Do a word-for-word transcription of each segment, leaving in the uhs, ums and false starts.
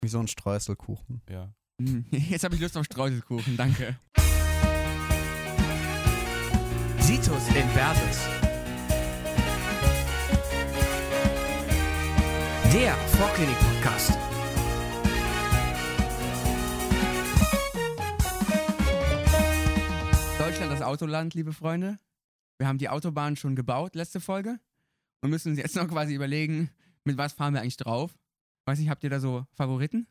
Wie so ein Streuselkuchen. Ja. Jetzt habe ich Lust auf Streuselkuchen, danke. Situs in Versus. Der Vorklinik-Podcast. Deutschland, das Autoland, liebe Freunde. Wir haben die Autobahn schon gebaut, letzte Folge. Und müssen uns jetzt noch quasi überlegen, mit was fahren wir eigentlich drauf. Weiß nicht, habt ihr da so Favoriten?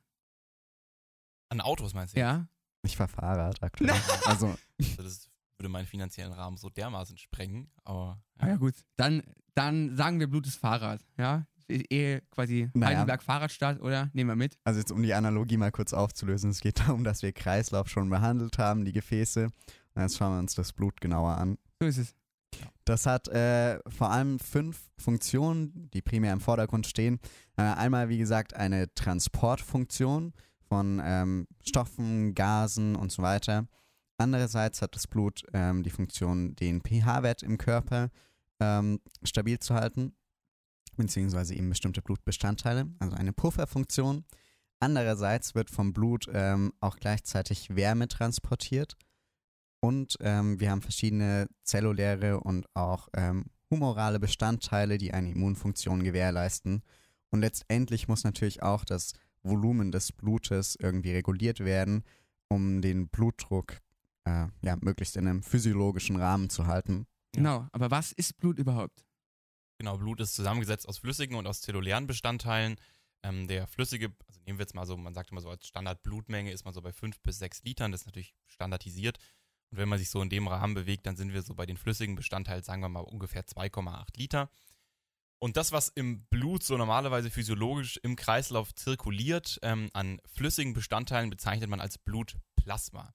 An Autos meinst du? Ja. Ich fahr Fahrrad aktuell. also, Also das würde meinen finanziellen Rahmen so dermaßen sprengen, aber... Ja, ja gut. Dann, dann sagen wir blutes Fahrrad, ja. Eh quasi Naja. Heidelberg Fahrradstadt, oder? Nehmen wir mit. also jetzt um die Analogie mal kurz aufzulösen. Es geht darum, dass wir Kreislauf schon behandelt haben, die Gefäße. Und jetzt schauen wir uns das Blut genauer an. So ist es. Das hat äh, vor allem fünf Funktionen, die primär im Vordergrund stehen. Äh, einmal, wie gesagt, eine Transportfunktion von ähm, Stoffen, Gasen und so weiter. Andererseits hat das Blut ähm, die Funktion, den pH-Wert im Körper ähm, stabil zu halten, beziehungsweise eben bestimmte Blutbestandteile, also eine Pufferfunktion. Andererseits wird vom Blut ähm, auch gleichzeitig Wärme transportiert. Und ähm, wir haben verschiedene zelluläre und auch ähm, humorale Bestandteile, die eine Immunfunktion gewährleisten. Und letztendlich muss natürlich auch das Volumen des Blutes irgendwie reguliert werden, um den Blutdruck äh, ja, möglichst in einem physiologischen Rahmen zu halten. Genau. Aber was ist Blut überhaupt? Genau, Blut ist zusammengesetzt aus flüssigen und aus zellulären Bestandteilen. Ähm, der flüssige, also nehmen wir jetzt mal so, man sagt immer so, als Standardblutmenge ist man so bei fünf bis sechs Litern, das ist natürlich standardisiert. Und wenn man sich so in dem Rahmen bewegt, dann sind wir so bei den flüssigen Bestandteilen, sagen wir mal, ungefähr zwei Komma acht Liter. Und das, was im Blut so normalerweise physiologisch im Kreislauf zirkuliert, ähm, an flüssigen Bestandteilen bezeichnet man als Blutplasma.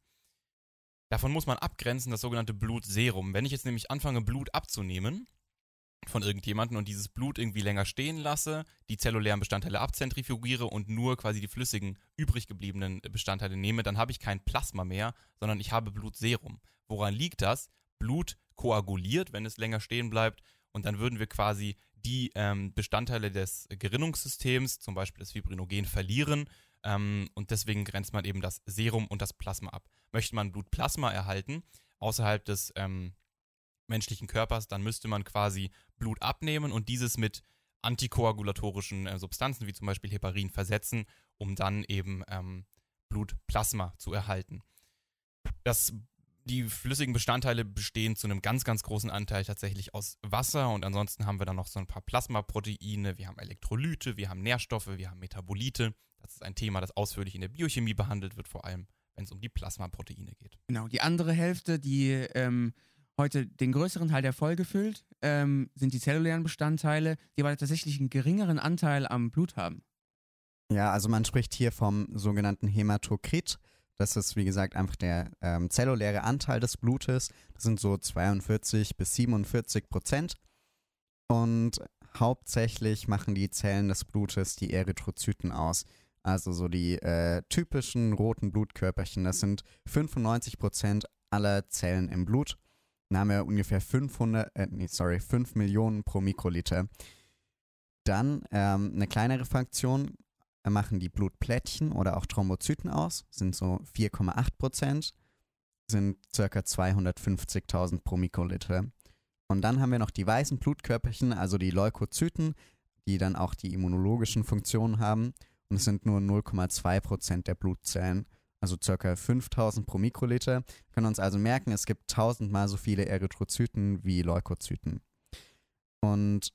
Davon muss man abgrenzen das sogenannte Blutserum. Wenn ich jetzt nämlich anfange, Blut abzunehmen von irgendjemandem und dieses Blut irgendwie länger stehen lasse, die zellulären Bestandteile abzentrifugiere und nur quasi die flüssigen, übrig gebliebenen Bestandteile nehme, dann habe ich kein Plasma mehr, sondern ich habe Blutserum. Woran liegt das? Blut koaguliert, wenn es länger stehen bleibt, und dann würden wir quasi die ähm, Bestandteile des Gerinnungssystems, zum Beispiel das Fibrinogen, verlieren, ähm, und deswegen grenzt man eben das Serum und das Plasma ab. Möchte man Blutplasma erhalten, außerhalb des ähm, menschlichen Körpers, dann müsste man quasi Blut abnehmen und dieses mit antikoagulatorischen äh, Substanzen wie zum Beispiel Heparin versetzen, um dann eben ähm, Blutplasma zu erhalten. Das, die flüssigen Bestandteile bestehen zu einem ganz, ganz großen Anteil tatsächlich aus Wasser, und ansonsten haben wir dann noch so ein paar Plasmaproteine, wir haben Elektrolyte, wir haben Nährstoffe, wir haben Metabolite. Das ist ein Thema, das ausführlich in der Biochemie behandelt wird, vor allem wenn es um die Plasmaproteine geht. Genau. Die andere Hälfte, die ähm, heute den größeren Teil der Folge füllt, ähm, sind die zellulären Bestandteile, die aber tatsächlich einen geringeren Anteil am Blut haben. Ja, also man spricht hier vom sogenannten Hämatokrit. Das ist, wie gesagt, einfach der ähm, zelluläre Anteil des Blutes. Das sind so zweiundvierzig bis siebenundvierzig Prozent. Und hauptsächlich machen die Zellen des Blutes die Erythrozyten aus. Also so die äh, typischen roten Blutkörperchen. Das sind fünfundneunzig Prozent aller Zellen im Blut. Dann haben wir ungefähr fünfhundert, äh, nee, sorry, fünf Millionen pro Mikroliter. Dann ähm, eine kleinere Fraktion machen die Blutplättchen oder auch Thrombozyten aus, sind so vier Komma acht Prozent, sind ca. zweihundertfünfzigtausend pro Mikroliter. Und dann haben wir noch die weißen Blutkörperchen, also die Leukozyten, die dann auch die immunologischen Funktionen haben, und es sind nur null Komma zwei Prozent der Blutzellen, also ca. fünftausend pro Mikroliter. Wir können uns also merken, es gibt tausendmal so viele Erythrozyten wie Leukozyten. Und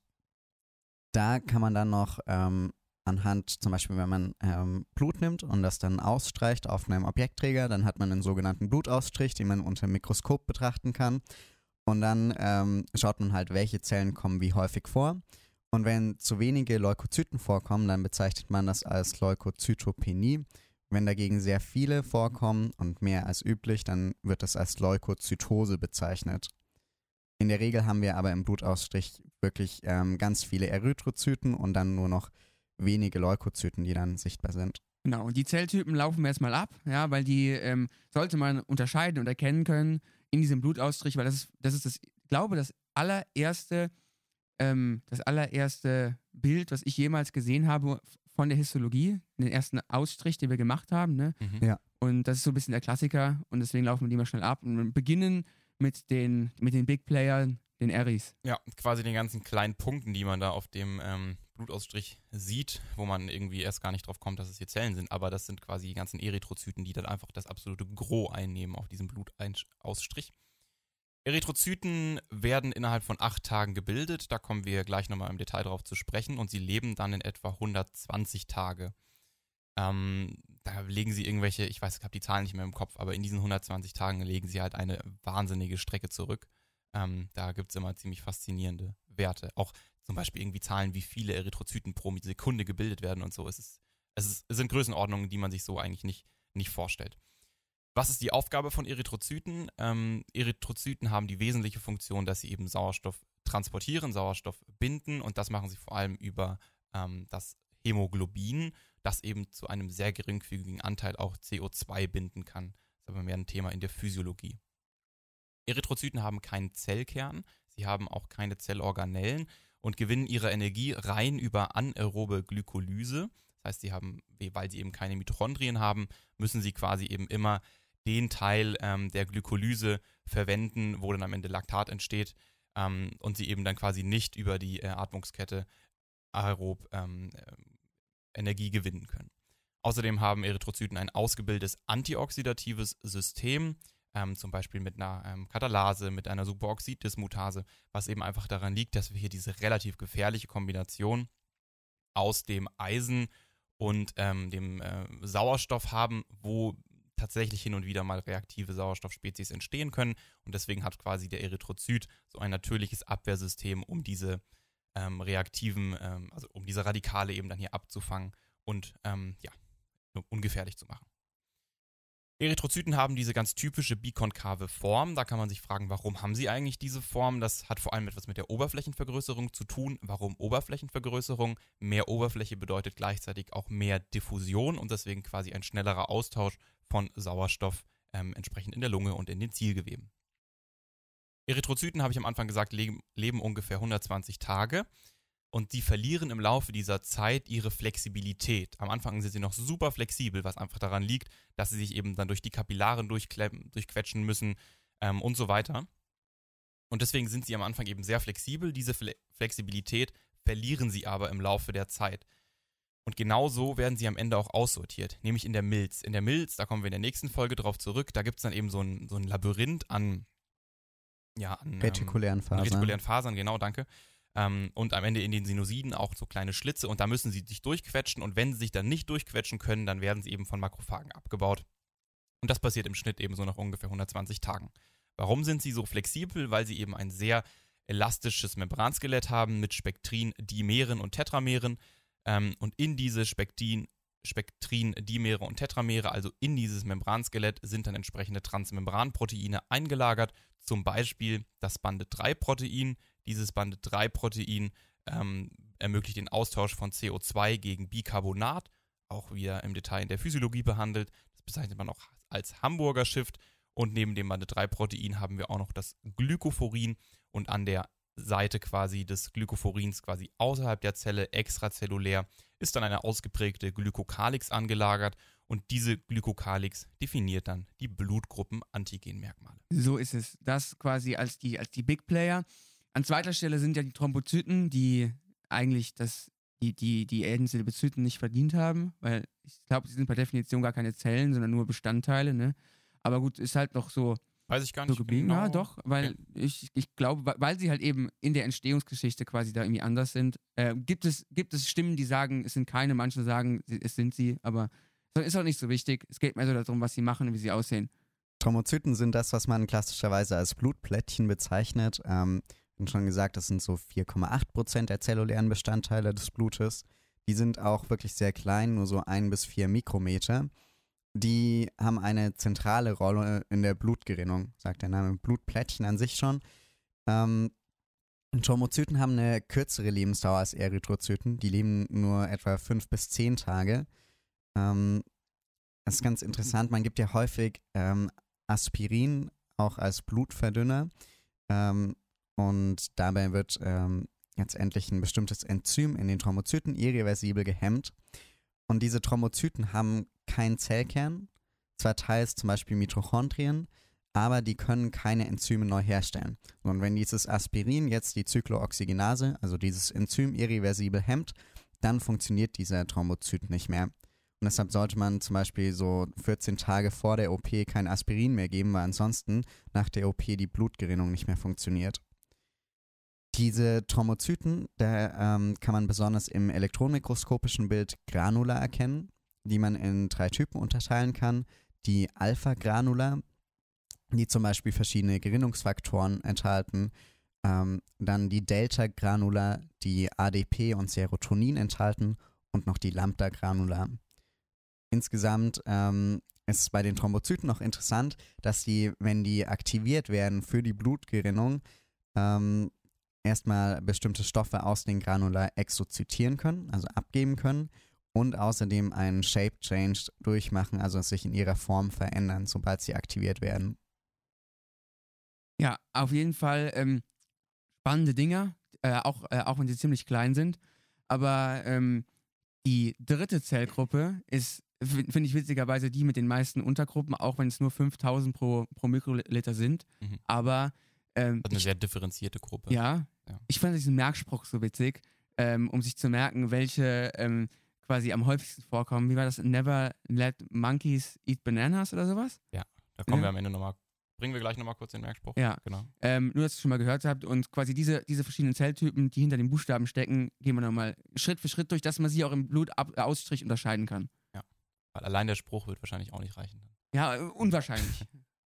da kann man dann noch ähm, anhand, zum Beispiel wenn man ähm, Blut nimmt und das dann ausstreicht auf einem Objektträger, dann hat man einen sogenannten Blutausstrich, den man unter dem Mikroskop betrachten kann. Und dann ähm, schaut man halt, welche Zellen kommen wie häufig vor. Und wenn zu wenige Leukozyten vorkommen, dann bezeichnet man das als Leukozytopenie. Wenn dagegen sehr viele vorkommen und mehr als üblich, dann wird das als Leukozytose bezeichnet. In der Regel haben wir aber im Blutausstrich wirklich ähm, ganz viele Erythrozyten und dann nur noch wenige Leukozyten, die dann sichtbar sind. Genau, und die Zelltypen laufen wir jetzt mal ab, ja, weil die ähm, sollte man unterscheiden und erkennen können in diesem Blutaustrich, weil das ist, das ist das, ich glaube, das allererste, ähm, das allererste Bild, was ich jemals gesehen habe von der Histologie, den ersten Ausstrich, den wir gemacht haben. Ne? Mhm. Ja. Und das ist so ein bisschen der Klassiker und deswegen laufen wir die mal schnell ab und wir beginnen mit den, mit den Big Playern, den Eris. Ja, quasi den ganzen kleinen Punkten, die man da auf dem ähm, Blutausstrich sieht, wo man irgendwie erst gar nicht drauf kommt, dass es hier Zellen sind, aber das sind quasi die ganzen Erythrozyten, die dann einfach das absolute Gros einnehmen auf diesem Blutausstrich. Erythrozyten werden innerhalb von acht Tagen gebildet, da kommen wir gleich nochmal im Detail drauf zu sprechen und sie leben dann in etwa hundertzwanzig Tage. Ähm, da legen sie irgendwelche, ich weiß, ich habe die Zahlen nicht mehr im Kopf, aber in diesen hundertzwanzig Tagen legen sie halt eine wahnsinnige Strecke zurück. Ähm, da gibt es immer ziemlich faszinierende Werte. Auch zum Beispiel irgendwie Zahlen, wie viele Erythrozyten pro Sekunde gebildet werden und so. Es, ist, es, ist, es sind Größenordnungen, die man sich so eigentlich nicht, nicht vorstellt. Was ist die Aufgabe von Erythrozyten? Ähm, Erythrozyten haben die wesentliche Funktion, dass sie eben Sauerstoff transportieren, Sauerstoff binden und das machen sie vor allem über ähm, das Hämoglobin, das eben zu einem sehr geringfügigen Anteil auch C O zwei binden kann. Das ist aber mehr ein Thema in der Physiologie. Erythrozyten haben keinen Zellkern, sie haben auch keine Zellorganellen und gewinnen ihre Energie rein über anaerobe Glykolyse. Das heißt, sie haben, weil sie eben keine Mitochondrien haben, müssen sie quasi eben immer den Teil ähm, der Glykolyse verwenden, wo dann am Ende Laktat entsteht ähm, und sie eben dann quasi nicht über die äh, Atmungskette aerob ähm, äh, Energie gewinnen können. Außerdem haben Erythrozyten ein ausgebildetes antioxidatives System, ähm, zum Beispiel mit einer ähm, Katalase, mit einer Superoxiddismutase, was eben einfach daran liegt, dass wir hier diese relativ gefährliche Kombination aus dem Eisen und ähm, dem äh, Sauerstoff haben, wo tatsächlich hin und wieder mal reaktive Sauerstoffspezies entstehen können und deswegen hat quasi der Erythrozyt so ein natürliches Abwehrsystem, um diese ähm, reaktiven, ähm, also um diese Radikale eben dann hier abzufangen und ähm, ja, ungefährlich zu machen. Erythrozyten haben diese ganz typische bikonkave Form. Da kann man sich fragen, warum haben sie eigentlich diese Form? Das hat vor allem etwas mit der Oberflächenvergrößerung zu tun. Warum Oberflächenvergrößerung? Mehr Oberfläche bedeutet gleichzeitig auch mehr Diffusion und deswegen quasi ein schnellerer Austausch von Sauerstoff ähm, entsprechend in der Lunge und in den Zielgeweben. Erythrozyten, habe ich am Anfang gesagt, leben, leben ungefähr hundertzwanzig Tage. Und die verlieren im Laufe dieser Zeit ihre Flexibilität. Am Anfang sind sie noch super flexibel, was einfach daran liegt, dass sie sich eben dann durch die Kapillaren durchquetschen müssen ähm, und so weiter. Und deswegen sind sie am Anfang eben sehr flexibel. Diese Fle- Flexibilität verlieren sie aber im Laufe der Zeit. Und genau so werden sie am Ende auch aussortiert, nämlich in der Milz. In der Milz, da kommen wir in der nächsten Folge drauf zurück, da gibt es dann eben so ein, so ein Labyrinth an, ja, an retikulären Fasern. retikulären Fasern, genau, danke. Ähm, und am Ende in den Sinosiden auch so kleine Schlitze und da müssen sie sich durchquetschen und wenn sie sich dann nicht durchquetschen können, dann werden sie eben von Makrophagen abgebaut. Und das passiert im Schnitt eben so nach ungefähr hundertzwanzig Tagen. Warum sind sie so flexibel? Weil sie eben ein sehr elastisches Membranskelett haben mit Spektrin, Dimeren und Tetrameren ähm, und in diese Spektrin, Spektrin, Dimere und Tetramere, also in dieses Membranskelett, sind dann entsprechende Transmembranproteine eingelagert, zum Beispiel das Bande drei Protein. Dieses Bande drei Protein ähm, ermöglicht den Austausch von C O zwei gegen Bicarbonat, auch wieder im Detail in der Physiologie behandelt. Das bezeichnet man auch als Hamburger Shift. Und neben dem Bande drei Protein haben wir auch noch das Glycophorin und an der Seite quasi des Glycophorins, quasi außerhalb der Zelle, extrazellulär, ist dann eine ausgeprägte Glykokalix angelagert und diese Glykokalix definiert dann die Blutgruppen-Antigenmerkmale. So ist es. Das quasi als die, als die Big Player. An zweiter Stelle sind ja die Thrombozyten, die eigentlich das, die, die, die Erdenzellulozyten nicht verdient haben, weil ich glaube, sie sind per Definition gar keine Zellen, sondern nur Bestandteile, ne? Aber gut, ist halt noch so, Weiß ich gar so nicht geblieben. genau. Ja, doch, weil Okay. ich, ich glaube, weil- weil sie halt eben in der Entstehungsgeschichte quasi da irgendwie anders sind, äh, gibt es, gibt es Stimmen, die sagen, es sind keine, manche sagen, sie- es sind sie, aber das ist auch nicht so wichtig. Es geht mehr so darum, was sie machen und wie sie aussehen. Thrombozyten sind das, was man klassischerweise als Blutplättchen bezeichnet. Ähm, wie schon gesagt, das sind so vier Komma acht Prozent der zellulären Bestandteile des Blutes. Die sind auch wirklich sehr klein, nur so ein bis vier Mikrometer. Die haben eine zentrale Rolle in der Blutgerinnung, sagt der Name. Blutplättchen an sich schon. Ähm, Thrombozyten haben eine kürzere Lebensdauer als Erythrozyten. Die leben nur etwa fünf bis zehn Tage. Ähm, das ist ganz interessant. Man gibt ja häufig ähm, Aspirin auch als Blutverdünner. Ähm, und dabei wird ähm, letztendlich ein bestimmtes Enzym in den Thrombozyten irreversibel gehemmt. Und diese Thrombozyten haben keinen Zellkern, zwar teils zum Beispiel Mitochondrien, aber die können keine Enzyme neu herstellen. Und wenn dieses Aspirin jetzt die Zyklooxygenase, also dieses Enzym irreversibel hemmt, dann funktioniert dieser Thrombozyt nicht mehr. Und deshalb sollte man zum Beispiel so vierzehn Tage vor der O P kein Aspirin mehr geben, weil ansonsten nach der O P die Blutgerinnung nicht mehr funktioniert. Diese Thrombozyten, da ähm, kann man besonders im elektronenmikroskopischen Bild Granula erkennen, die man in drei Typen unterteilen kann. Die Alpha-Granula, die zum Beispiel verschiedene Gerinnungsfaktoren enthalten. Ähm, dann die Delta-Granula, die A D P und Serotonin enthalten. Und noch die Lambda-Granula. Insgesamt ähm, ist es bei den Thrombozyten noch interessant, dass die, wenn die aktiviert werden für die Blutgerinnung, ähm, erstmal bestimmte Stoffe aus den Granula exozytieren können, also abgeben können und außerdem einen Shape Change durchmachen, also sich in ihrer Form verändern, sobald sie aktiviert werden. Ja, auf jeden Fall ähm, spannende Dinger, äh, auch, äh, auch wenn sie ziemlich klein sind. Aber ähm, die dritte Zellgruppe ist, finde ich witzigerweise, die mit den meisten Untergruppen, auch wenn es nur fünftausend pro, pro Mikroliter sind. Mhm. Aber ähm, Also eine ich, sehr differenzierte Gruppe. ja, Ja. ich fand diesen Merkspruch so witzig, ähm, um sich zu merken, welche ähm, quasi am häufigsten vorkommen. Wie war das? Never let monkeys eat bananas oder sowas? Da kommen Ja. wir am Ende nochmal, bringen wir gleich nochmal kurz den Merkspruch. Ja. Genau. Ähm, nur, dass ihr es schon mal gehört habt und quasi diese, diese verschiedenen Zelltypen, die hinter den Buchstaben stecken, gehen wir nochmal Schritt für Schritt durch, dass man sie auch im Blut ab, äh, Ausstrich unterscheiden kann. Weil allein der Spruch wird wahrscheinlich auch nicht reichen. Ja, äh, unwahrscheinlich.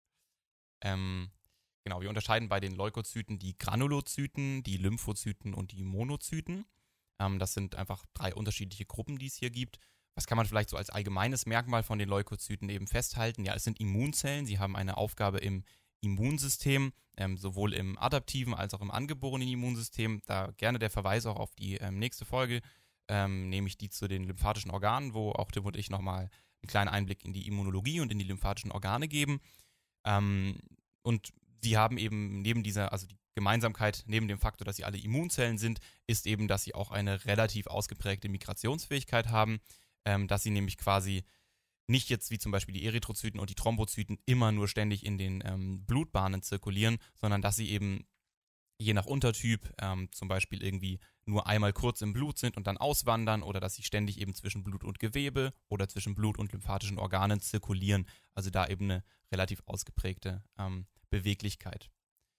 Ähm, genau, wir unterscheiden bei den Leukozyten die Granulozyten, die Lymphozyten und die Monozyten. Ähm, das sind einfach drei unterschiedliche Gruppen, die es hier gibt. Was kann man vielleicht so als allgemeines Merkmal von den Leukozyten eben festhalten? Ja, es sind Immunzellen. Sie haben eine Aufgabe im Immunsystem, ähm, sowohl im adaptiven als auch im angeborenen Immunsystem. Da gerne der Verweis auch auf die ähm, nächste Folge, ähm, nämlich die zu den lymphatischen Organen, wo auch Tim und ich nochmal einen kleinen Einblick in die Immunologie und in die lymphatischen Organe geben. Ähm, und sie haben eben neben dieser, also die Gemeinsamkeit, neben dem Faktor, dass sie alle Immunzellen sind, ist eben, dass sie auch eine relativ ausgeprägte Migrationsfähigkeit haben, ähm, dass sie nämlich quasi nicht jetzt wie zum Beispiel die Erythrozyten und die Thrombozyten immer nur ständig in den ähm, Blutbahnen zirkulieren, sondern dass sie eben je nach Untertyp ähm, zum Beispiel irgendwie nur einmal kurz im Blut sind und dann auswandern oder dass sie ständig eben zwischen Blut und Gewebe oder zwischen Blut und lymphatischen Organen zirkulieren. Also da eben eine relativ ausgeprägte ähm, Beweglichkeit.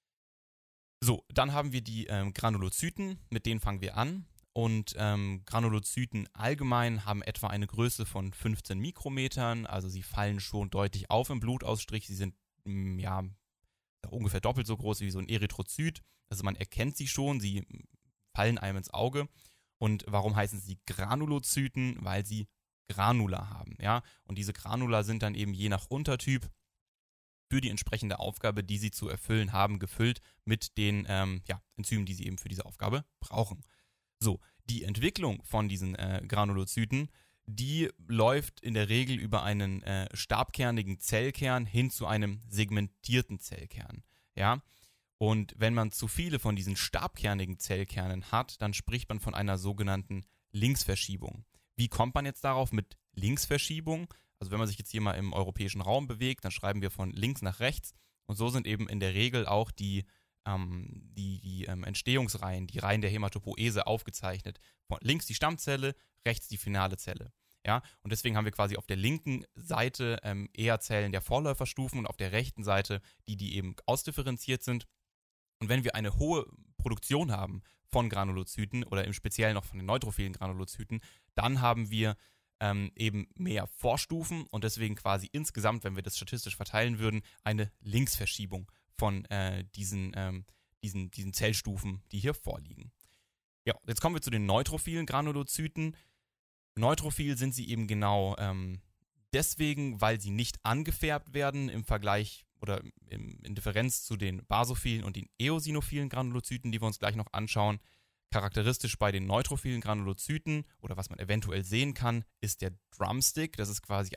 So, dann haben wir die ähm, Granulozyten, mit denen fangen wir an. Und ähm, Granulozyten allgemein haben etwa eine Größe von fünfzehn Mikrometern, also sie fallen schon deutlich auf im Blutausstrich. Sie sind mh, ja ungefähr doppelt so groß wie so ein Erythrozyt. Also man erkennt sie schon, sie fallen einem ins Auge. Und warum heißen sie Granulozyten? Weil sie Granula haben, ja. Und diese Granula sind dann eben je nach Untertyp für die entsprechende Aufgabe, die sie zu erfüllen haben, gefüllt mit den ähm, ja, Enzymen, die sie eben für diese Aufgabe brauchen. So, die Entwicklung von diesen äh, Granulozyten, die läuft in der Regel über einen äh, stabkernigen Zellkern hin zu einem segmentierten Zellkern, ja. Und wenn man zu viele von diesen stabkernigen Zellkernen hat, dann spricht man von einer sogenannten Linksverschiebung. Wie kommt man jetzt darauf mit Linksverschiebung? Also wenn man sich jetzt hier mal im europäischen Raum bewegt, dann schreiben wir von links nach rechts. Und so sind eben in der Regel auch die, ähm, die, die ähm, Entstehungsreihen, die Reihen der Hämatopoese aufgezeichnet. Von links die Stammzelle, rechts die finale Zelle. Ja, und deswegen haben wir quasi auf der linken Seite ähm, eher Zellen der Vorläuferstufen und auf der rechten Seite die, die eben ausdifferenziert sind. Und wenn wir eine hohe Produktion haben von Granulozyten oder im Speziellen noch von den neutrophilen Granulozyten, dann haben wir ähm, eben mehr Vorstufen und deswegen quasi insgesamt, wenn wir das statistisch verteilen würden, eine Linksverschiebung von äh, diesen, ähm, diesen, diesen Zellstufen, die hier vorliegen. Ja, jetzt kommen wir zu den neutrophilen Granulozyten. Neutrophil sind sie eben genau ähm, deswegen, weil sie nicht angefärbt werden im Vergleich oder im, in Differenz zu den basophilen und den eosinophilen Granulozyten, die wir uns gleich noch anschauen. Charakteristisch bei den neutrophilen Granulozyten oder was man eventuell sehen kann, ist der Drumstick. Das ist quasi ein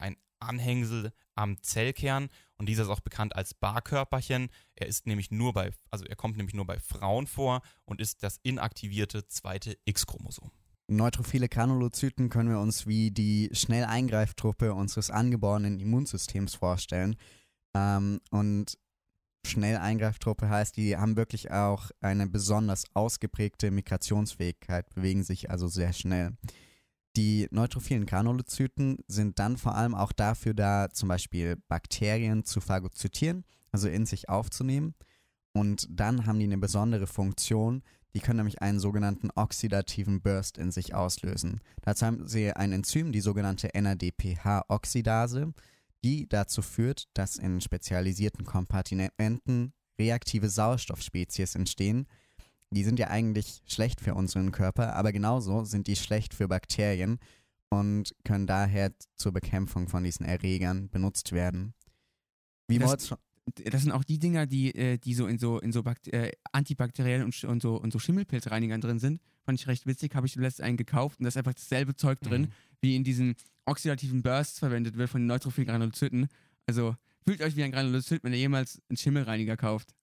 Anhängsel am Zellkern und dieser ist auch bekannt als Barkörperchen. Er ist nämlich nur bei, also er kommt nämlich nur bei Frauen vor und ist das inaktivierte zweite X-Chromosom. Neutrophile Granulozyten können wir uns wie die Schnelleingreiftruppe unseres angeborenen Immunsystems vorstellen. Ähm, und Schnelleingreiftruppe heißt, die haben wirklich auch eine besonders ausgeprägte Migrationsfähigkeit, bewegen sich also sehr schnell. Die neutrophilen Granulozyten sind dann vor allem auch dafür da, zum Beispiel Bakterien zu phagozytieren, also in sich aufzunehmen. Und dann haben die eine besondere Funktion, die können nämlich einen sogenannten oxidativen Burst in sich auslösen. Dazu haben sie ein Enzym, die sogenannte N A D P H-Oxidase, die dazu führt, dass in spezialisierten Kompartimenten reaktive Sauerstoffspezies entstehen. Die sind ja eigentlich schlecht für unseren Körper, aber genauso sind die schlecht für Bakterien und können daher zur Bekämpfung von diesen Erregern benutzt werden. Wie Das- Moritz schon- Das sind auch die Dinger, die, äh, die so in so, in so Bakt äh, antibakteriellen und, sch- und, so, und so Schimmelpilzreinigern drin sind. Fand ich recht witzig, habe ich letztens einen gekauft und da ist einfach dasselbe Zeug drin, Mhm. wie in diesen oxidativen Bursts verwendet wird von den neutrophilen Granulozyten. Also fühlt euch wie ein Granulozyt, wenn ihr jemals einen Schimmelreiniger kauft.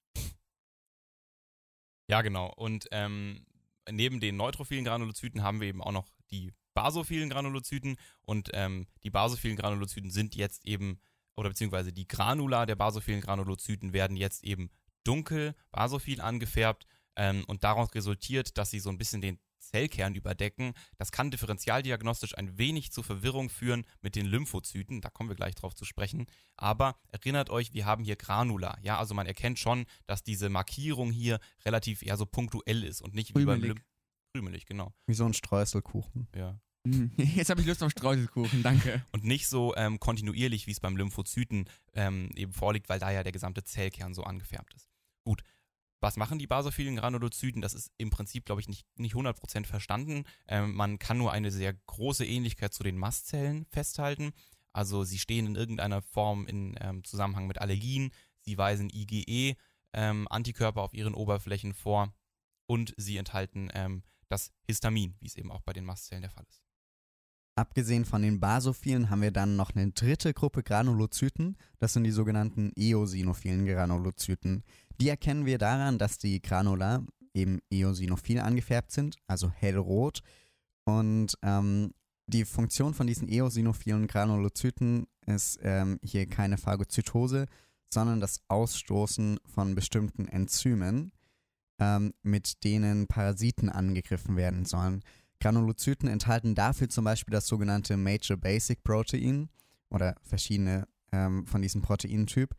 Ja, genau. Und ähm, neben den neutrophilen Granulozyten haben wir eben auch noch die basophilen Granulozyten und ähm, die basophilen Granulozyten sind jetzt eben, oder beziehungsweise die Granula der basophilen Granulozyten werden jetzt eben dunkel, basophil angefärbt ähm, und daraus resultiert, dass sie so ein bisschen den Zellkern überdecken. Das kann differentialdiagnostisch ein wenig zu Verwirrung führen mit den Lymphozyten, da kommen wir gleich drauf zu sprechen, aber erinnert euch, wir haben hier Granula, ja, also man erkennt schon, dass diese Markierung hier relativ eher so punktuell ist und nicht wie beim Krümelig. Lymph... Krümelig, genau, wie so ein Streuselkuchen. ja. Mm, Jetzt habe ich Lust auf Streuselkuchen, danke. Und nicht so ähm, kontinuierlich, wie es beim Lymphozyten ähm, eben vorliegt, weil da ja der gesamte Zellkern so angefärbt ist. Gut, was machen die basophilen Granulozyten? Das ist im Prinzip, glaube ich, nicht, nicht hundert Prozent verstanden. Ähm, man kann nur eine sehr große Ähnlichkeit zu den Mastzellen festhalten. Also sie stehen in irgendeiner Form in ähm, Zusammenhang mit Allergien, sie weisen IgE-Antikörper ähm, auf ihren Oberflächen vor und sie enthalten ähm, das Histamin, wie es eben auch bei den Mastzellen der Fall ist. Abgesehen von den Basophilen haben wir dann noch eine dritte Gruppe Granulozyten. Das sind die sogenannten eosinophilen Granulozyten. Die erkennen wir daran, dass die Granula eben eosinophil angefärbt sind, also hellrot. Und ähm, die Funktion von diesen eosinophilen Granulozyten ist ähm, hier keine Phagozytose, sondern das Ausstoßen von bestimmten Enzymen, ähm, mit denen Parasiten angegriffen werden sollen. Granulozyten enthalten dafür zum Beispiel das sogenannte Major Basic Protein oder verschiedene ähm, von diesem Proteintyp.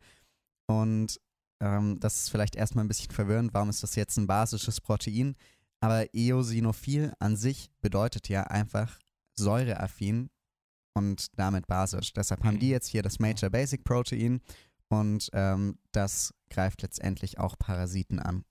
Und ähm, das ist vielleicht erstmal ein bisschen verwirrend, warum ist das jetzt ein basisches Protein? Aber eosinophil an sich bedeutet ja einfach säureaffin und damit basisch. Deshalb haben die jetzt hier das Major Basic Protein und ähm, das greift letztendlich auch Parasiten an.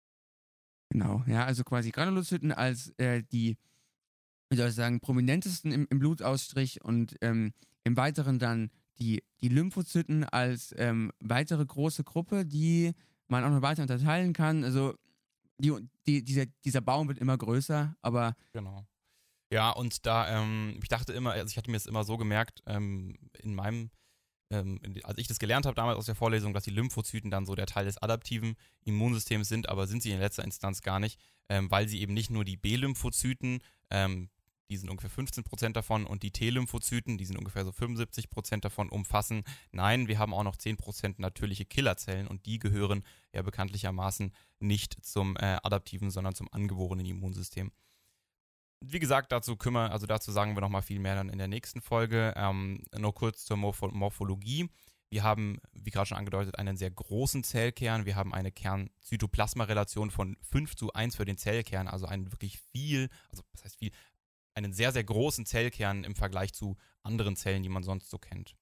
Genau, ja, also quasi Granulozyten als äh, die, wie soll ich sagen, prominentesten im, im Blutausstrich und ähm, im Weiteren dann die, die Lymphozyten als ähm, weitere große Gruppe, die man auch noch weiter unterteilen kann. Also die, die, dieser, dieser Baum wird immer größer, aber Genau. Ja, und da, ähm, ich dachte immer, also ich hatte mir es immer so gemerkt, ähm, in meinem, ähm, in, als ich das gelernt habe damals aus der Vorlesung, dass die Lymphozyten dann so der Teil des adaptiven Immunsystems sind, aber sind sie in letzter Instanz gar nicht, ähm, weil sie eben nicht nur die B-Lymphozyten, ähm, die sind ungefähr fünfzehn Prozent davon und die T-Lymphozyten, die sind ungefähr so fünfundsiebzig Prozent davon umfassen. Nein, wir haben auch noch zehn Prozent natürliche Killerzellen und die gehören ja bekanntlichermaßen nicht zum äh, adaptiven, sondern zum angeborenen Immunsystem. Wie gesagt, dazu kümmern, also dazu sagen wir nochmal viel mehr dann in der nächsten Folge. Ähm, nur kurz zur Morpho- Morphologie. Wir haben, wie gerade schon angedeutet, einen sehr großen Zellkern. Wir haben eine Kern-Zytoplasma-Relation von fünf zu eins für den Zellkern, also einen wirklich viel, also was heißt viel, einen sehr, sehr großen Zellkern im Vergleich zu anderen Zellen, die man sonst so kennt.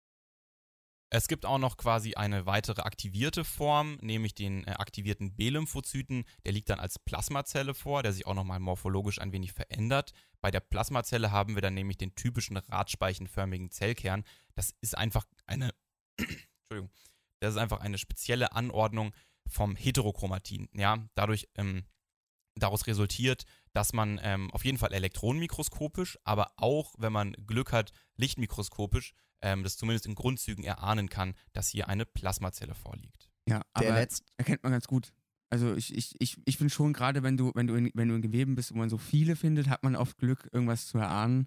Es gibt auch noch quasi eine weitere aktivierte Form, nämlich den äh, aktivierten B-Lymphozyten. Der liegt dann als Plasmazelle vor, der sich auch nochmal morphologisch ein wenig verändert. Bei der Plasmazelle haben wir dann nämlich den typischen radspeichenförmigen Zellkern. Das ist einfach eine, Entschuldigung, das ist einfach eine spezielle Anordnung vom Heterochromatin. Ja, dadurch ähm, daraus resultiert, dass man ähm, auf jeden Fall elektronenmikroskopisch, aber auch, wenn man Glück hat, lichtmikroskopisch, ähm, das zumindest in Grundzügen erahnen kann, dass hier eine Plasmazelle vorliegt. Ja, Der aber letzt- erkennt man ganz gut. Also ich, ich, ich, ich finde schon, gerade wenn du, wenn du in, wenn du in Geweben bist, wo man so viele findet, hat man oft Glück, irgendwas zu erahnen.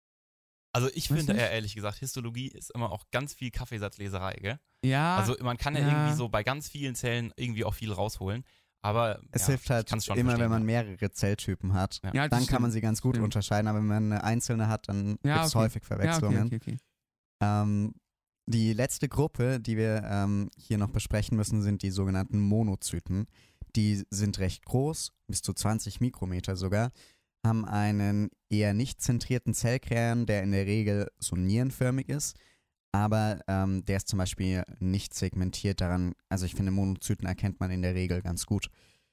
Also ich Weißt finde nicht? eher ehrlich gesagt, Histologie ist immer auch ganz viel Kaffeesatzleserei, gell? Ja, Also man kann ja, ja. irgendwie so bei ganz vielen Zellen irgendwie auch viel rausholen, aber Es ja, hilft ich halt kann's schon immer, verstehen, wenn man ja. mehrere Zelltypen hat. Ja. ja, das Dann kann man stimmt. sie ganz gut Stimmt. unterscheiden, aber wenn man eine einzelne hat, dann Ja, gibt es okay. häufig Ja, okay, Verwechslungen. okay, okay. Ähm, die letzte Gruppe, die wir ähm, hier noch besprechen müssen, sind die sogenannten Monozyten. Die sind recht groß, bis zu zwanzig Mikrometer sogar, haben einen eher nicht zentrierten Zellkern, der in der Regel so nierenförmig ist, aber ähm, der ist zum Beispiel nicht segmentiert daran. Also ich finde, Monozyten erkennt man in der Regel ganz gut.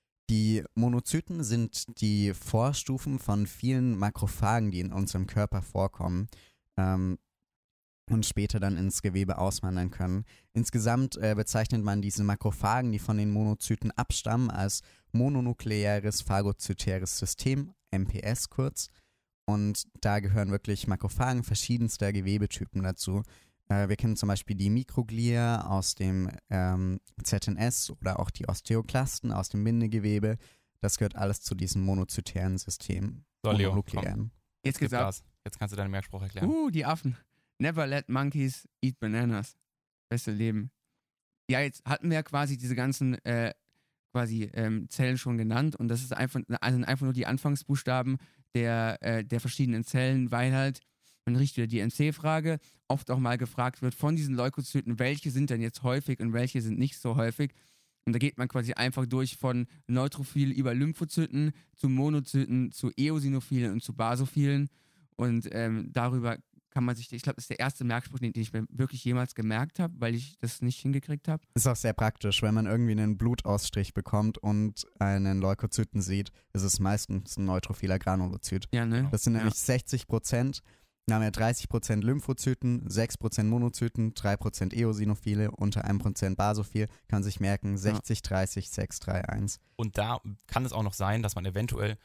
Die Monozyten sind die Vorstufen von vielen Makrophagen, die in unserem Körper vorkommen. Ähm, und später dann ins Gewebe auswandern können. Insgesamt äh, bezeichnet man diese Makrophagen, die von den Monozyten abstammen, als mononukleäres phagozytäres System, M P S kurz. Und da gehören wirklich Makrophagen verschiedenster Gewebetypen dazu. Äh, wir kennen zum Beispiel die Mikroglia aus dem ähm, Z N S oder auch die Osteoklasten aus dem Bindegewebe. Das gehört alles zu diesem monozytären System. So, Leo, mononukleären. Jetzt Gib geht's ab. Gas. Jetzt kannst du deinen Merkspruch erklären. Uh, die Affen. Never let monkeys eat bananas. Beste Leben. Ja, jetzt hatten wir ja quasi diese ganzen äh, quasi ähm, Zellen schon genannt und das ist einfach, also einfach nur die Anfangsbuchstaben der, äh, der verschiedenen Zellen, weil halt, man riecht wieder die M C-Frage, oft auch mal gefragt wird von diesen Leukozyten, welche sind denn jetzt häufig und welche sind nicht so häufig. Und da geht man quasi einfach durch von Neutrophil über Lymphozyten zu Monozyten, zu Eosinophilen und zu Basophilen. Und ähm, darüber kann man sich, ich glaube, das ist der erste Merkspruch, den, den ich mir wirklich jemals gemerkt habe, weil ich das nicht hingekriegt habe. Ist auch sehr praktisch, wenn man irgendwie einen Blutausstrich bekommt und einen Leukozyten sieht, ist es meistens ein neutrophiler Granulozyt. Ja, ne? Das sind ja. nämlich sechzig Prozent. Dann haben wir dreißig Prozent Lymphozyten, sechs Prozent Monozyten, drei Prozent Eosinophile, unter einem Prozent Basophil. Kann sich merken, sechzig, dreißig, sechs, drei, eins. Und da kann es auch noch sein, dass man eventuell,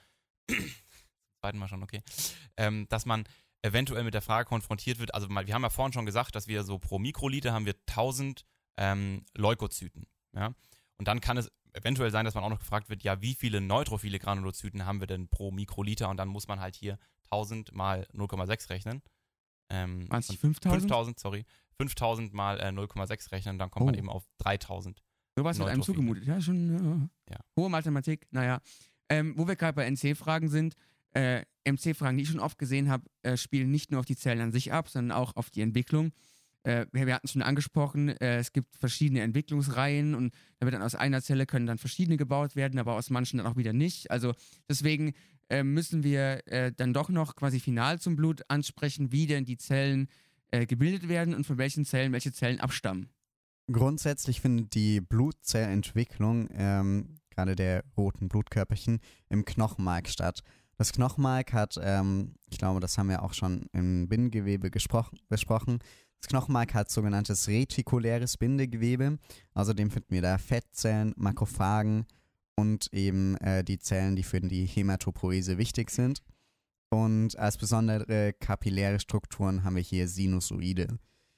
zweiten Mal schon, okay, ähm, dass man eventuell mit der Frage konfrontiert wird, also mal, wir haben ja vorhin schon gesagt, dass wir so pro Mikroliter haben wir tausend ähm, Leukozyten, ja, und dann kann es eventuell sein, dass man auch noch gefragt wird, ja, wie viele neutrophile Granulozyten haben wir denn pro Mikroliter und dann muss man halt hier tausend mal null Komma sechs rechnen. Ähm, Waren es die und fünftausend? fünftausend, sorry, fünftausend mal äh, null Komma sechs rechnen, dann kommt man Oh. eben auf dreitausend. Sowas wird einem Neutrophile. zugemutet. Ja, schon äh, Ja. hohe Mathematik. Naja, ähm, wo wir gerade bei N C-Fragen sind, äh, M C-Fragen, die ich schon oft gesehen habe, äh, spielen nicht nur auf die Zellen an sich ab, sondern auch auf die Entwicklung. Äh, wir wir hatten es schon angesprochen, äh, es gibt verschiedene Entwicklungsreihen und da wird dann aus einer Zelle können dann verschiedene gebaut werden, aber aus manchen dann auch wieder nicht. Also deswegen äh, müssen wir äh, dann doch noch quasi final zum Blut ansprechen, wie denn die Zellen äh, gebildet werden und von welchen Zellen welche Zellen abstammen. Grundsätzlich findet die Blutzellentwicklung, ähm, gerade der roten Blutkörperchen, im Knochenmark statt. Das Knochenmark hat, ähm, ich glaube, das haben wir auch schon im Bindegewebe gesprochen, besprochen. Das Knochenmark hat sogenanntes retikuläres Bindegewebe. Außerdem finden wir da Fettzellen, Makrophagen und eben äh, die Zellen, die für die Hämatopoese wichtig sind. Und als besondere kapilläre Strukturen haben wir hier Sinusoide.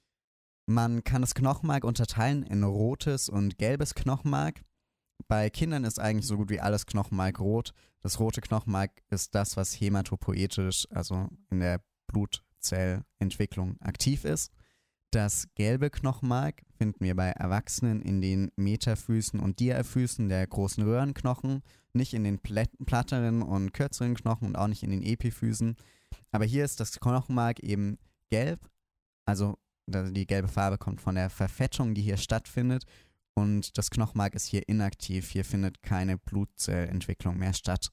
Man kann das Knochenmark unterteilen in rotes und gelbes Knochenmark. Bei Kindern ist eigentlich so gut wie alles Knochenmark rot. Das rote Knochenmark ist das, was hämatopoetisch, also in der Blutzellentwicklung aktiv ist. Das gelbe Knochenmark finden wir bei Erwachsenen in den Metaphysen und Diaphysen der großen Röhrenknochen, nicht in den plätt- platteren und kürzeren Knochen und auch nicht in den Epiphysen. Aber hier ist das Knochenmark eben gelb, also die gelbe Farbe kommt von der Verfettung, die hier stattfindet. Und das Knochenmark ist hier inaktiv. Hier findet keine Blutzellentwicklung mehr statt.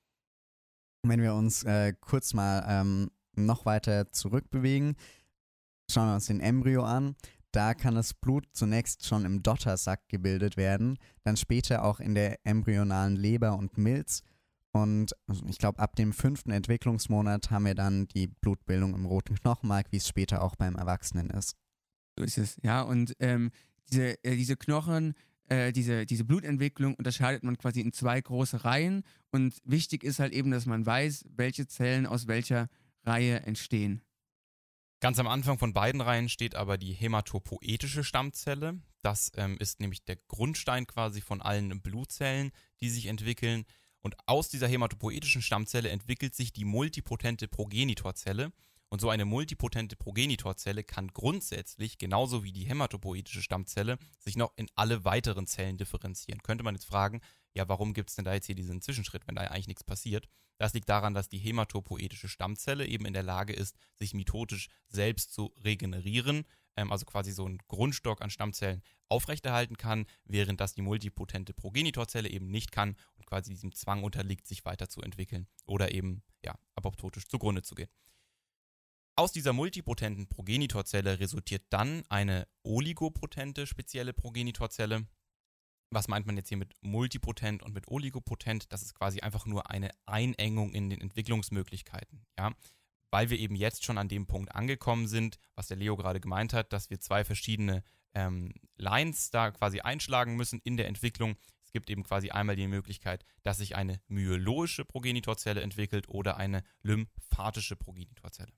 Wenn wir uns äh, kurz mal ähm, noch weiter zurückbewegen, schauen wir uns den Embryo an. Da kann das Blut zunächst schon im Dottersack gebildet werden, dann später auch in der embryonalen Leber und Milz. Und ich glaube, ab dem fünften Entwicklungsmonat haben wir dann die Blutbildung im roten Knochenmark, wie es später auch beim Erwachsenen ist. So ist es, ja. Und ähm, diese, äh, diese Knochen äh, diese, diese Blutentwicklung unterscheidet man quasi in zwei große Reihen. Und wichtig ist halt eben, dass man weiß, welche Zellen aus welcher Reihe entstehen. Ganz am Anfang von beiden Reihen steht aber die hämatopoetische Stammzelle. Das ähm, ist nämlich der Grundstein quasi von allen Blutzellen, die sich entwickeln. Und aus dieser hämatopoetischen Stammzelle entwickelt sich die multipotente Progenitorzelle. Und so eine multipotente Progenitorzelle kann grundsätzlich, genauso wie die hämatopoetische Stammzelle, sich noch in alle weiteren Zellen differenzieren. Könnte man jetzt fragen, ja, warum gibt es denn da jetzt hier diesen Zwischenschritt, wenn da eigentlich nichts passiert? Das liegt daran, dass die hämatopoetische Stammzelle eben in der Lage ist, sich mitotisch selbst zu regenerieren, ähm, also quasi so einen Grundstock an Stammzellen aufrechterhalten kann, während das die multipotente Progenitorzelle eben nicht kann und quasi diesem Zwang unterliegt, sich weiterzuentwickeln oder eben ja, apoptotisch zugrunde zu gehen. Aus dieser multipotenten Progenitorzelle resultiert dann eine oligopotente spezielle Progenitorzelle. Was meint man jetzt hier mit multipotent und mit oligopotent? Das ist quasi einfach nur eine Einengung in den Entwicklungsmöglichkeiten. Ja? Weil wir eben jetzt schon an dem Punkt angekommen sind, was der Leo gerade gemeint hat, dass wir zwei verschiedene ähm, Lines da quasi einschlagen müssen in der Entwicklung. Es gibt eben quasi einmal die Möglichkeit, dass sich eine myeloische Progenitorzelle entwickelt oder eine lymphatische Progenitorzelle.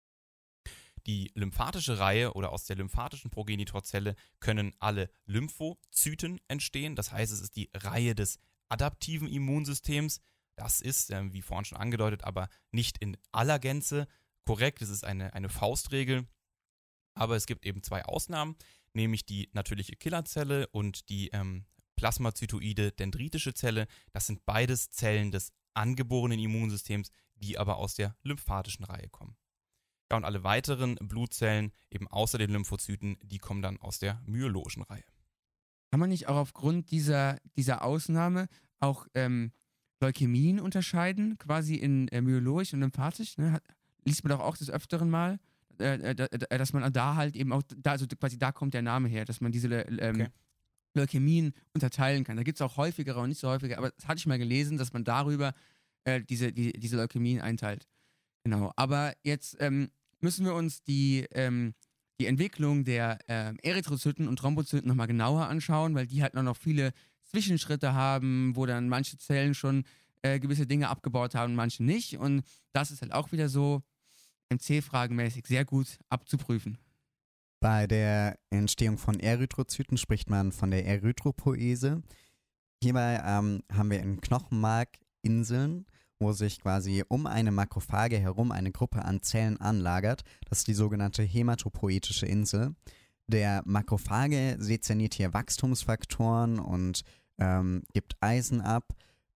Die lymphatische Reihe oder aus der lymphatischen Progenitorzelle können alle Lymphozyten entstehen. Das heißt, es ist die Reihe des adaptiven Immunsystems. Das ist, äh, wie vorhin schon angedeutet, aber nicht in aller Gänze korrekt. Es ist eine, eine Faustregel. Aber es gibt eben zwei Ausnahmen, nämlich die natürliche Killerzelle und die ähm, plasmazytoide dendritische Zelle. Das sind beides Zellen des angeborenen Immunsystems, die aber aus der lymphatischen Reihe kommen. Ja, und alle weiteren Blutzellen, eben außer den Lymphozyten, die kommen dann aus der myeloischen Reihe. Kann man nicht auch aufgrund dieser, dieser Ausnahme auch ähm, Leukämien unterscheiden, quasi in äh, myologisch und lymphatisch? Ne? Hat, liest man doch auch des Öfteren mal, äh, äh, dass man da halt eben auch, da, also quasi da kommt der Name her, dass man diese ähm, okay. Leukämien unterteilen kann. Da gibt es auch häufigere und nicht so häufige, aber das hatte ich mal gelesen, dass man darüber äh, diese, die, diese Leukämien einteilt. Genau, aber jetzt ähm, müssen wir uns die, ähm, die Entwicklung der ähm, Erythrozyten und Thrombozyten nochmal genauer anschauen, weil die halt noch, noch viele Zwischenschritte haben, wo dann manche Zellen schon äh, gewisse Dinge abgebaut haben und manche nicht. Und das ist halt auch wieder so M C-fragenmäßig sehr gut abzuprüfen. Bei der Entstehung von Erythrozyten spricht man von der Erythropoese. Hierbei ähm, haben wir im Knochenmark Inseln, wo sich quasi um eine Makrophage herum eine Gruppe an Zellen anlagert. Das ist die sogenannte hämatopoetische Insel. Der Makrophage sezerniert hier Wachstumsfaktoren und ähm, gibt Eisen ab,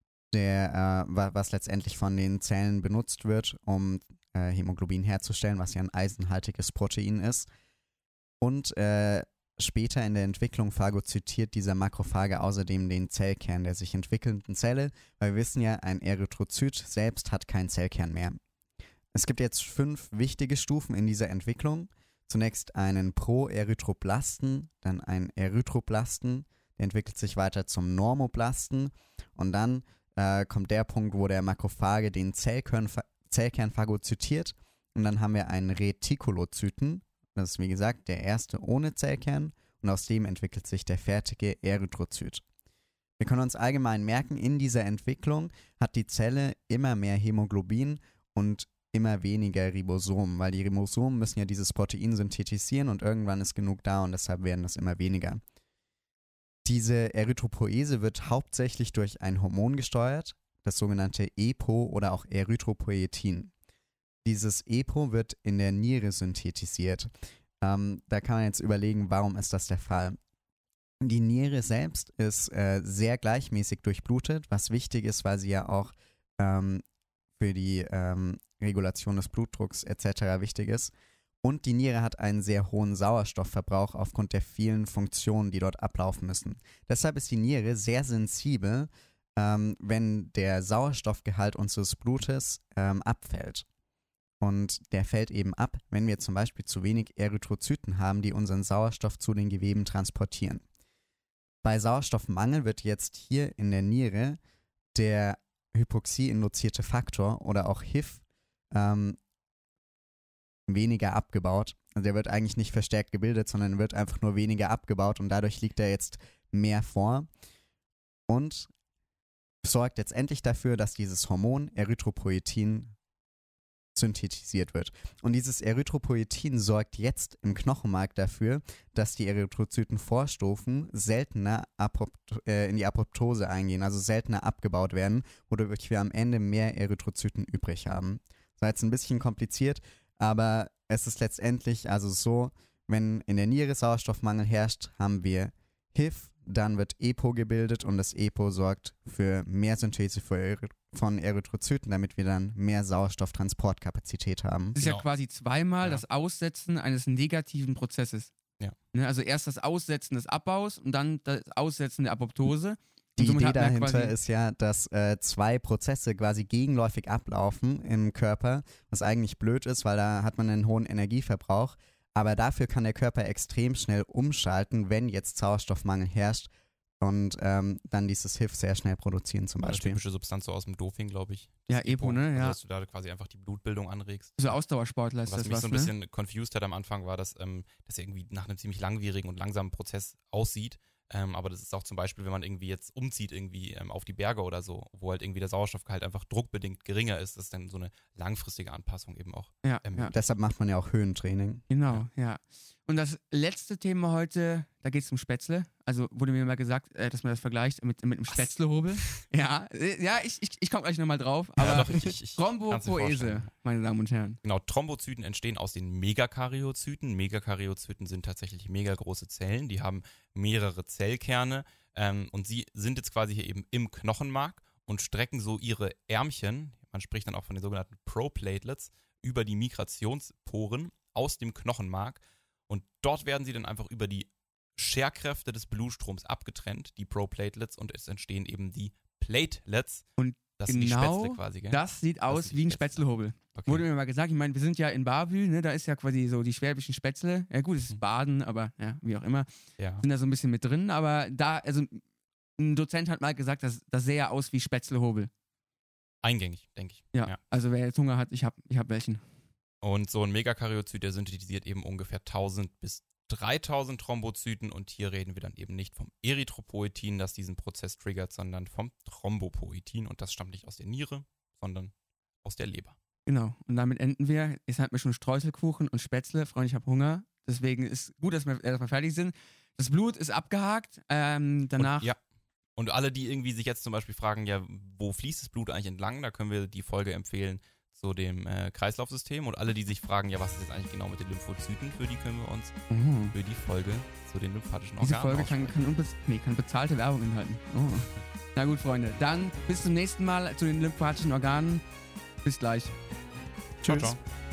der, äh, was letztendlich von den Zellen benutzt wird, um äh, Hämoglobin herzustellen, was ja ein eisenhaltiges Protein ist. Und äh, später in der Entwicklung phagozytiert dieser Makrophage außerdem den Zellkern der sich entwickelnden Zelle, weil wir wissen ja, ein Erythrozyt selbst hat keinen Zellkern mehr. Es gibt jetzt fünf wichtige Stufen in dieser Entwicklung. Zunächst einen Proerythroblasten, dann einen Erythroblasten, der entwickelt sich weiter zum Normoblasten und dann äh, kommt der Punkt, wo der Makrophage den Zellkern, Zellkern phagozytiert und dann haben wir einen Retikulozyten. Das ist wie gesagt der erste ohne Zellkern und aus dem entwickelt sich der fertige Erythrozyt. Wir können uns allgemein merken, in dieser Entwicklung hat die Zelle immer mehr Hämoglobin und immer weniger Ribosomen, weil die Ribosomen müssen ja dieses Protein synthetisieren und irgendwann ist genug da und deshalb werden das immer weniger. Diese Erythropoese wird hauptsächlich durch ein Hormon gesteuert, das sogenannte E P O oder auch Erythropoietin. Dieses E P O wird in der Niere synthetisiert. Ähm, da kann man jetzt überlegen, warum ist das der Fall? Die Niere selbst ist äh, sehr gleichmäßig durchblutet, was wichtig ist, weil sie ja auch ähm, für die ähm, Regulation des Blutdrucks et cetera wichtig ist. Und die Niere hat einen sehr hohen Sauerstoffverbrauch aufgrund der vielen Funktionen, die dort ablaufen müssen. Deshalb ist die Niere sehr sensibel, ähm, wenn der Sauerstoffgehalt unseres Blutes ähm, abfällt. Und der fällt eben ab, wenn wir zum Beispiel zu wenig Erythrozyten haben, die unseren Sauerstoff zu den Geweben transportieren. Bei Sauerstoffmangel wird jetzt hier in der Niere der Hypoxie-induzierte Faktor oder auch H I F ähm, weniger abgebaut. Also der wird eigentlich nicht verstärkt gebildet, sondern wird einfach nur weniger abgebaut und dadurch liegt er jetzt mehr vor und sorgt letztendlich dafür, dass dieses Hormon Erythropoietin synthetisiert wird. Und dieses Erythropoietin sorgt jetzt im Knochenmark dafür, dass die Erythrozytenvorstufen seltener Apopt- äh, in die Apoptose eingehen, also seltener abgebaut werden, wodurch wir am Ende mehr Erythrozyten übrig haben. Das war jetzt ein bisschen kompliziert, aber es ist letztendlich also so, wenn in der Niere Sauerstoffmangel herrscht, haben wir H I V, dann wird EPO gebildet und das EPO sorgt für mehr Synthese für Eryth- von Erythrozyten, damit wir dann mehr Sauerstofftransportkapazität haben. Das ist Genau. ja quasi zweimal Ja. das Aussetzen eines negativen Prozesses. Ja. Ne, also erst das Aussetzen des Abbaus und dann das Aussetzen der Apoptose. Und Die somit Idee hat man dahinter quasi- ist ja, dass äh, zwei Prozesse quasi gegenläufig ablaufen im Körper, was eigentlich blöd ist, weil da hat man einen hohen Energieverbrauch. Aber dafür kann der Körper extrem schnell umschalten, wenn jetzt Sauerstoffmangel herrscht und ähm, dann dieses H I V sehr schnell produzieren zum Eine Beispiel. typische Substanz so aus dem Doping, glaube ich. Ja, Das EPO, ne? Also, Ja. dass du da quasi einfach die Blutbildung anregst. So Ausdauersportler ist Was das mich was, so ein ne? bisschen confused hat am Anfang, war, dass ähm, das irgendwie nach einem ziemlich langwierigen und langsamen Prozess aussieht. Ähm, aber das ist auch zum Beispiel, wenn man irgendwie jetzt umzieht irgendwie ähm, auf die Berge oder so, wo halt irgendwie der Sauerstoffgehalt einfach druckbedingt geringer ist, das ist dann so eine langfristige Anpassung eben auch. Ja, ähm, ja. Deshalb macht man ja auch Höhentraining. Genau, ja. Und das letzte Thema heute, da geht es um Spätzle. Also wurde mir mal gesagt, äh, dass man das vergleicht mit, mit einem Spätzlehobel. Ja, äh, ja, ich, ich, ich komme gleich nochmal drauf. Aber Ja, doch, ich, ich, ich kann's mir Thrombopoese, vorstellen. meine Damen und Herren. Genau, Thrombozyten entstehen aus den Megakaryozyten. Megakaryozyten sind tatsächlich mega große Zellen, die haben mehrere Zellkerne ähm, und sie sind jetzt quasi hier eben im Knochenmark und strecken so ihre Ärmchen, man spricht dann auch von den sogenannten Proplatelets, über die Migrationsporen aus dem Knochenmark und dort werden sie dann einfach über die Scherkräfte des Blutstroms abgetrennt, die Proplatelets, und es entstehen eben die Platelets. Und das sind die genau Spätzle quasi, gell? Das sieht aus sind die wie ein Spätzle. Spätzlehobel. Okay. Wurde mir mal gesagt, ich meine, wir sind ja in Barbü, ne, da ist ja quasi so die schwäbischen Spätzle. Ja gut, es ist Mhm. Baden, aber ja, wie auch immer, Ja. sind da so ein bisschen mit drin. Aber da, also ein Dozent hat mal gesagt, das, das sähe ja aus wie Spätzlehobel. Eingängig, denke ich. Ja, Ja. also wer jetzt Hunger hat, ich hab, ich hab welchen. Und so ein Megakaryozyt, der synthetisiert eben ungefähr tausend bis dreitausend Thrombozyten und hier reden wir dann eben nicht vom Erythropoietin, das diesen Prozess triggert, sondern vom Thrombopoietin und das stammt nicht aus der Niere, sondern aus der Leber. Genau, und damit enden wir. Jetzt hatten wir schon Streuselkuchen und Spätzle. Freunde, ich habe Hunger. Deswegen ist gut, dass wir, äh, dass wir fertig sind. Das Blut ist abgehakt. Ähm, danach. Und, ja. Und alle, die irgendwie sich jetzt zum Beispiel fragen, ja, wo fließt das Blut eigentlich entlang, da können wir die Folge empfehlen zu dem äh, Kreislaufsystem. Und alle, die sich fragen, ja, was ist jetzt eigentlich genau mit den Lymphozyten, für die können wir uns Oh. für die Folge zu den lymphatischen Diese Organen Folge kann, kann, unbez nee, kann bezahlte Werbung enthalten. Oh. Na gut, Freunde. Dann bis zum nächsten Mal zu den lymphatischen Organen. Bis gleich. Ciao, Tschüss. ciao.